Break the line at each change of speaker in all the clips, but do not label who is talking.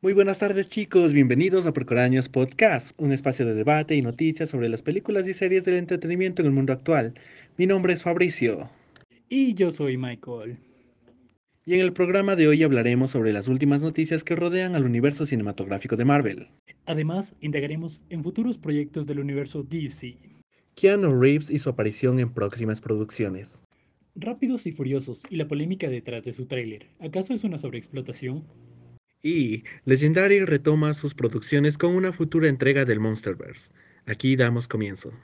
Muy buenas tardes chicos, bienvenidos a Procoraños Podcast, un espacio de debate y noticias sobre las películas y series del entretenimiento en el mundo actual. Mi nombre es Fabricio
Y yo soy Michael.
y en el programa de hoy hablaremos sobre las últimas noticias que rodean al universo cinematográfico de Marvel.
Además, indagaremos en futuros proyectos del universo DC.
Keanu Reeves y su aparición en próximas producciones.
Rápidos y Furiosos y la polémica detrás de su tráiler. ¿Acaso es una sobreexplotación?
Y Legendary retoma sus producciones con una futura entrega del Monsterverse. Aquí damos comienzo.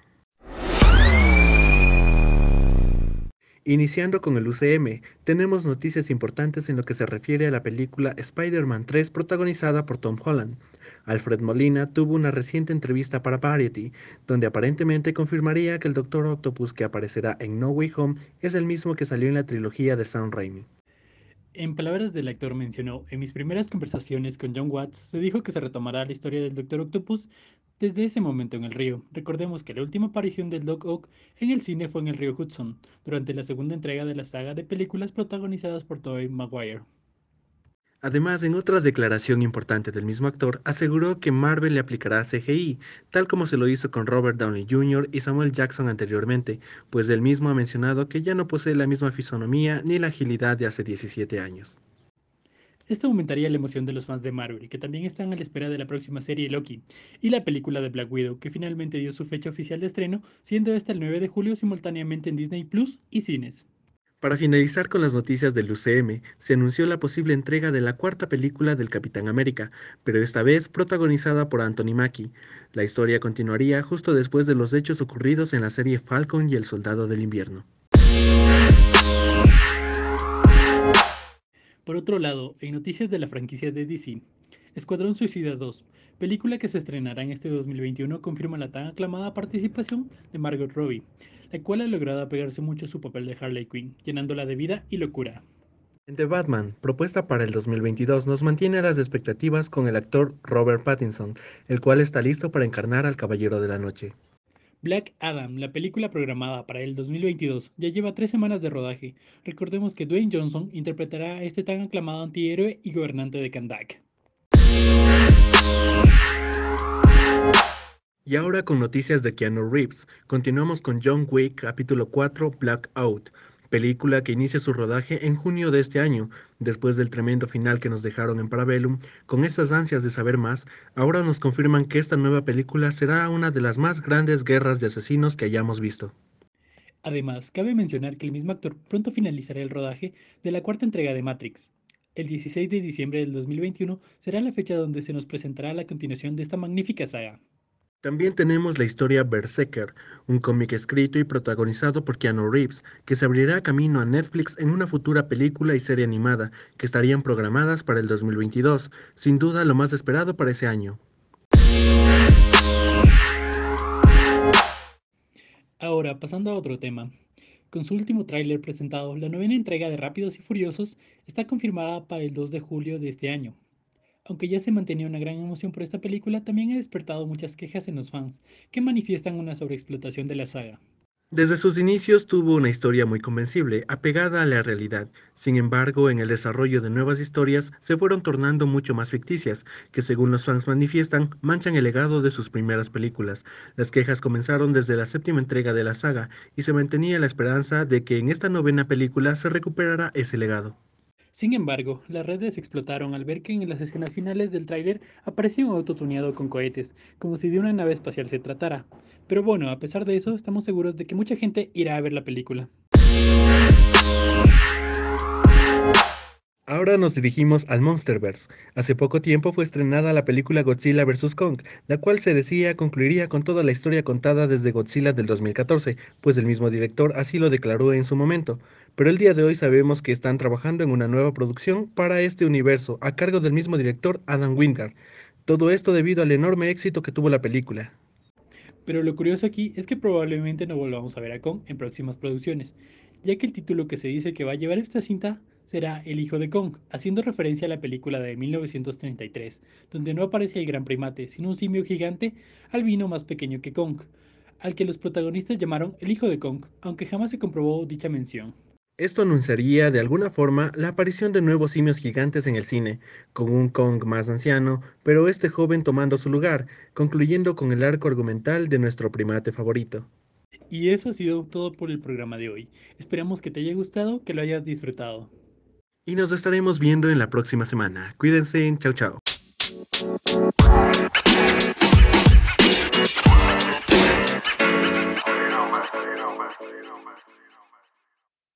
Iniciando con el UCM, tenemos noticias importantes en lo que se refiere a la película Spider-Man 3 protagonizada por Tom Holland. Alfred Molina tuvo una reciente entrevista para Variety, donde aparentemente confirmaría que el Doctor Octopus que aparecerá en No Way Home es el mismo que salió en la trilogía de Sam Raimi.
En palabras del actor mencionó, en mis primeras conversaciones con John Watts se dijo que se retomará la historia del Doctor Octopus desde ese momento en el río. Recordemos que la última aparición del Doc Ock en el cine fue en el río Hudson, durante la segunda entrega de la saga de películas protagonizadas por Tobey Maguire.
Además, en otra declaración importante del mismo actor, aseguró que Marvel le aplicará CGI, tal como se lo hizo con Robert Downey Jr. y Samuel Jackson anteriormente, pues él mismo ha mencionado que ya no posee la misma fisonomía ni la agilidad de hace 17 años.
Esto aumentaría la emoción de los fans de Marvel, que también están a la espera de la próxima serie Loki y la película de Black Widow, que finalmente dio su fecha oficial de estreno, siendo esta el 9 de julio simultáneamente en Disney Plus y cines.
Para finalizar con las noticias del UCM, se anunció la posible entrega de la cuarta película del Capitán América, pero esta vez protagonizada por Anthony Mackie. La historia continuaría justo después de los hechos ocurridos en la serie Falcon y el Soldado del Invierno.
Por otro lado, en noticias de la franquicia de DC, Escuadrón Suicida 2, película que se estrenará en este 2021, confirma la tan aclamada participación de Margot Robbie, la cual ha logrado apegarse mucho a su papel de Harley Quinn, llenándola de vida y locura.
En The Batman, propuesta para el 2022, nos mantiene a las expectativas con el actor Robert Pattinson, el cual está listo para encarnar al Caballero de la Noche.
Black Adam, la película programada para el 2022, ya lleva 3 semanas de rodaje. Recordemos que Dwayne Johnson interpretará a este tan aclamado antihéroe y gobernante de Kandak.
Y ahora con noticias de Keanu Reeves, continuamos con John Wick capítulo 4 Blackout, película que inicia su rodaje en junio de este año, después del tremendo final que nos dejaron en Parabellum. Con estas ansias de saber más, ahora nos confirman que esta nueva película será una de las más grandes guerras de asesinos que hayamos visto.
Además, cabe mencionar que el mismo actor pronto finalizará el rodaje de la cuarta entrega de Matrix. El 16 de diciembre del 2021 será la fecha donde se nos presentará la continuación de esta magnífica saga.
También tenemos la historia Berserker, un cómic escrito y protagonizado por Keanu Reeves, que se abrirá camino a Netflix en una futura película y serie animada, que estarían programadas para el 2022, sin duda lo más esperado para ese año.
Ahora, pasando a otro tema. Con su último tráiler presentado, la novena entrega de Rápidos y Furiosos está confirmada para el 2 de julio de este año. Aunque ya se mantenía una gran emoción por esta película, también ha despertado muchas quejas en los fans, que manifiestan una sobreexplotación de la saga.
Desde sus inicios tuvo una historia muy convencible, apegada a la realidad. Sin embargo, en el desarrollo de nuevas historias se fueron tornando mucho más ficticias, que según los fans manifiestan, manchan el legado de sus primeras películas. Las quejas comenzaron desde la séptima entrega de la saga, y se mantenía la esperanza de que en esta novena película se recuperara ese legado.
Sin embargo, las redes explotaron al ver que en las escenas finales del tráiler aparecía un auto tuneado con cohetes, como si de una nave espacial se tratara. Pero bueno, a pesar de eso, estamos seguros de que mucha gente irá a ver la película.
Ahora nos dirigimos al Monsterverse. Hace poco tiempo fue estrenada la película Godzilla vs. Kong, la cual se decía concluiría con toda la historia contada desde Godzilla del 2014, pues el mismo director así lo declaró en su momento. Pero el día de hoy sabemos que están trabajando en una nueva producción para este universo, a cargo del mismo director Adam Wingard. Todo esto debido al enorme éxito que tuvo la película.
Pero lo curioso aquí es que probablemente no volvamos a ver a Kong en próximas producciones, ya que el título que se dice que va a llevar esta cinta será El hijo de Kong, haciendo referencia a la película de 1933, donde no aparece el gran primate, sino un simio gigante albino más pequeño que Kong, al que los protagonistas llamaron el hijo de Kong, aunque jamás se comprobó dicha mención.
Esto anunciaría de alguna forma la aparición de nuevos simios gigantes en el cine, con un Kong más anciano, pero este joven tomando su lugar, concluyendo con el arco argumental de nuestro primate favorito.
Y eso ha sido todo por el programa de hoy. Esperamos que te haya gustado, que lo hayas disfrutado.
Y nos estaremos viendo en la próxima semana. Cuídense, chao chao.